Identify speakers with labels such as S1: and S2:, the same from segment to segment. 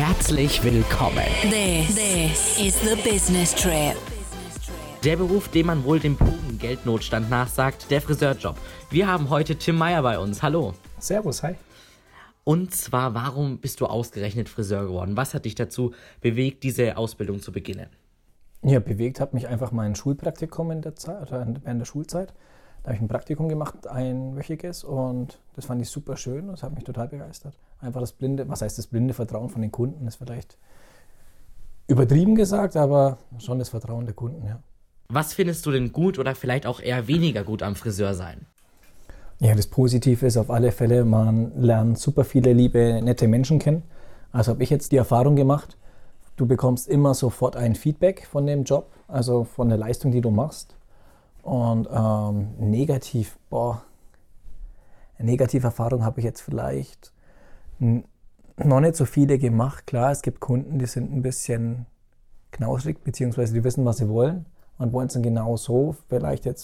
S1: Herzlich willkommen.
S2: This is the Business Trip.
S1: Der Beruf, dem man wohl dem puren Geldnotstand nachsagt, der Friseurjob. Wir haben heute Tim Meyer bei uns. Hallo.
S3: Servus, hi.
S1: Und zwar, warum bist du ausgerechnet Friseur geworden? Was hat dich dazu bewegt, diese Ausbildung zu beginnen?
S3: Ja, bewegt hat mich einfach mein Schulpraktikum in der Zeit, oder während der Schulzeit. Da habe ich ein Praktikum gemacht, einwöchiges, und das fand ich super schön. Das hat mich total begeistert. Einfach das blinde Vertrauen von den Kunden ist vielleicht übertrieben gesagt, aber schon das Vertrauen der Kunden, ja.
S1: Was findest du denn gut oder vielleicht auch eher weniger gut am Friseursein?
S3: Ja, das Positive ist auf alle Fälle, man lernt super viele liebe, nette Menschen kennen. Also habe ich jetzt die Erfahrung gemacht, du bekommst immer sofort ein Feedback von dem Job, also von der Leistung, die du machst. Und negative Erfahrung habe ich jetzt vielleicht noch nicht so viele gemacht. Klar, es gibt Kunden, die sind ein bisschen knausrig, beziehungsweise die wissen, was sie wollen und wollen es dann genau so. Vielleicht jetzt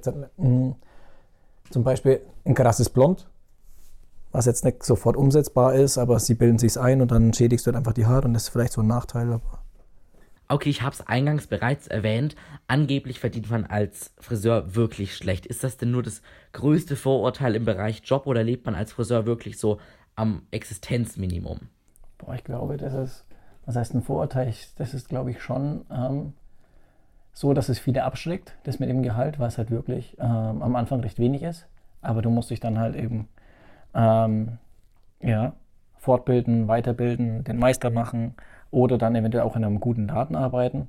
S3: zum Beispiel ein krasses Blond, was jetzt nicht sofort umsetzbar ist, aber sie bilden sich's ein und dann schädigst du halt einfach die Haare, und das ist vielleicht so ein Nachteil.
S1: Okay, ich habe es eingangs bereits erwähnt, angeblich verdient man als Friseur wirklich schlecht. Ist das denn nur das größte Vorurteil im Bereich Job oder lebt man als Friseur wirklich so am Existenzminimum?
S3: Ich glaube, was heißt ein Vorurteil? Das ist, glaube ich, schon so, dass es viele abschreckt, das mit dem Gehalt, weil es halt wirklich am Anfang recht wenig ist. Aber du musst dich dann halt eben fortbilden, weiterbilden, den Meister machen oder dann eventuell auch in einem guten Laden arbeiten.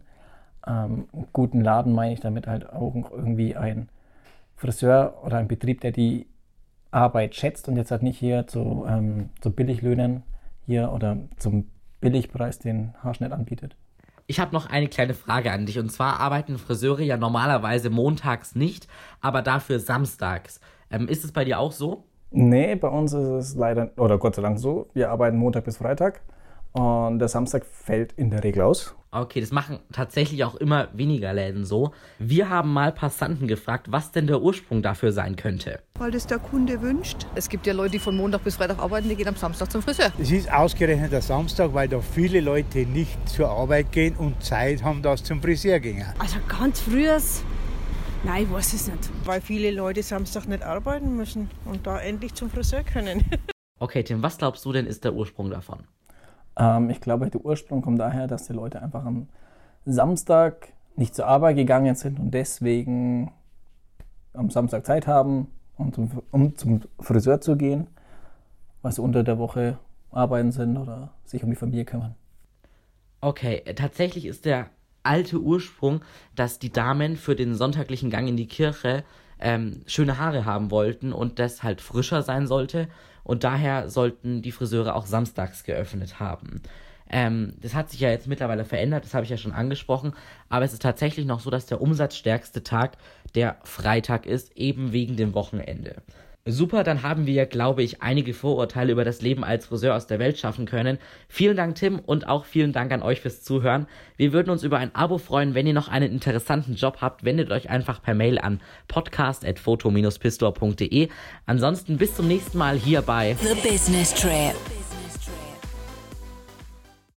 S3: Guten Laden meine ich damit halt auch irgendwie ein Friseur oder ein Betrieb, der die Arbeit schätzt und jetzt halt nicht hier zu Billiglöhnen hier oder zum Billigpreis den Haarschnitt anbietet.
S1: Ich habe noch eine kleine Frage an dich, und zwar arbeiten Friseure ja normalerweise montags nicht, aber dafür samstags. Ist es bei dir auch so?
S3: Nee, bei uns ist es leider, oder Gott sei Dank so, wir arbeiten Montag bis Freitag und der Samstag fällt in der Regel aus.
S1: Okay, das machen tatsächlich auch immer weniger Läden so. Wir haben mal Passanten gefragt, was denn der Ursprung dafür sein könnte.
S4: Weil das der Kunde wünscht.
S5: Es gibt ja Leute, die von Montag bis Freitag arbeiten, die gehen am Samstag zum Friseur.
S6: Es ist ausgerechnet der Samstag, weil da viele Leute nicht zur Arbeit gehen und Zeit haben, dass zum Friseur gehen.
S7: Also ganz früher, nein, ich weiß es nicht.
S4: Weil viele Leute Samstag nicht arbeiten müssen und da endlich zum Friseur können.
S1: Okay, Tim, was glaubst du denn ist der Ursprung davon?
S3: Ich glaube, der Ursprung kommt daher, dass die Leute einfach am Samstag nicht zur Arbeit gegangen sind und deswegen am Samstag Zeit haben, um zum Friseur zu gehen, weil sie unter der Woche arbeiten sind oder sich um die Familie kümmern.
S1: Okay, tatsächlich ist der alte Ursprung, dass die Damen für den sonntaglichen Gang in die Kirche schöne Haare haben wollten und das halt frischer sein sollte, und daher sollten die Friseure auch samstags geöffnet haben. Das hat sich ja jetzt mittlerweile verändert, das habe ich ja schon angesprochen, aber es ist tatsächlich noch so, dass der umsatzstärkste Tag der Freitag ist, eben wegen dem Wochenende. Super, dann haben wir, glaube ich, einige Vorurteile über das Leben als Friseur aus der Welt schaffen können. Vielen Dank, Tim, und auch vielen Dank an euch fürs Zuhören. Wir würden uns über ein Abo freuen, wenn ihr noch einen interessanten Job habt. Wendet euch einfach per Mail an podcast@photo-pistor.de. Ansonsten bis zum nächsten Mal hier bei
S2: The Business Trip.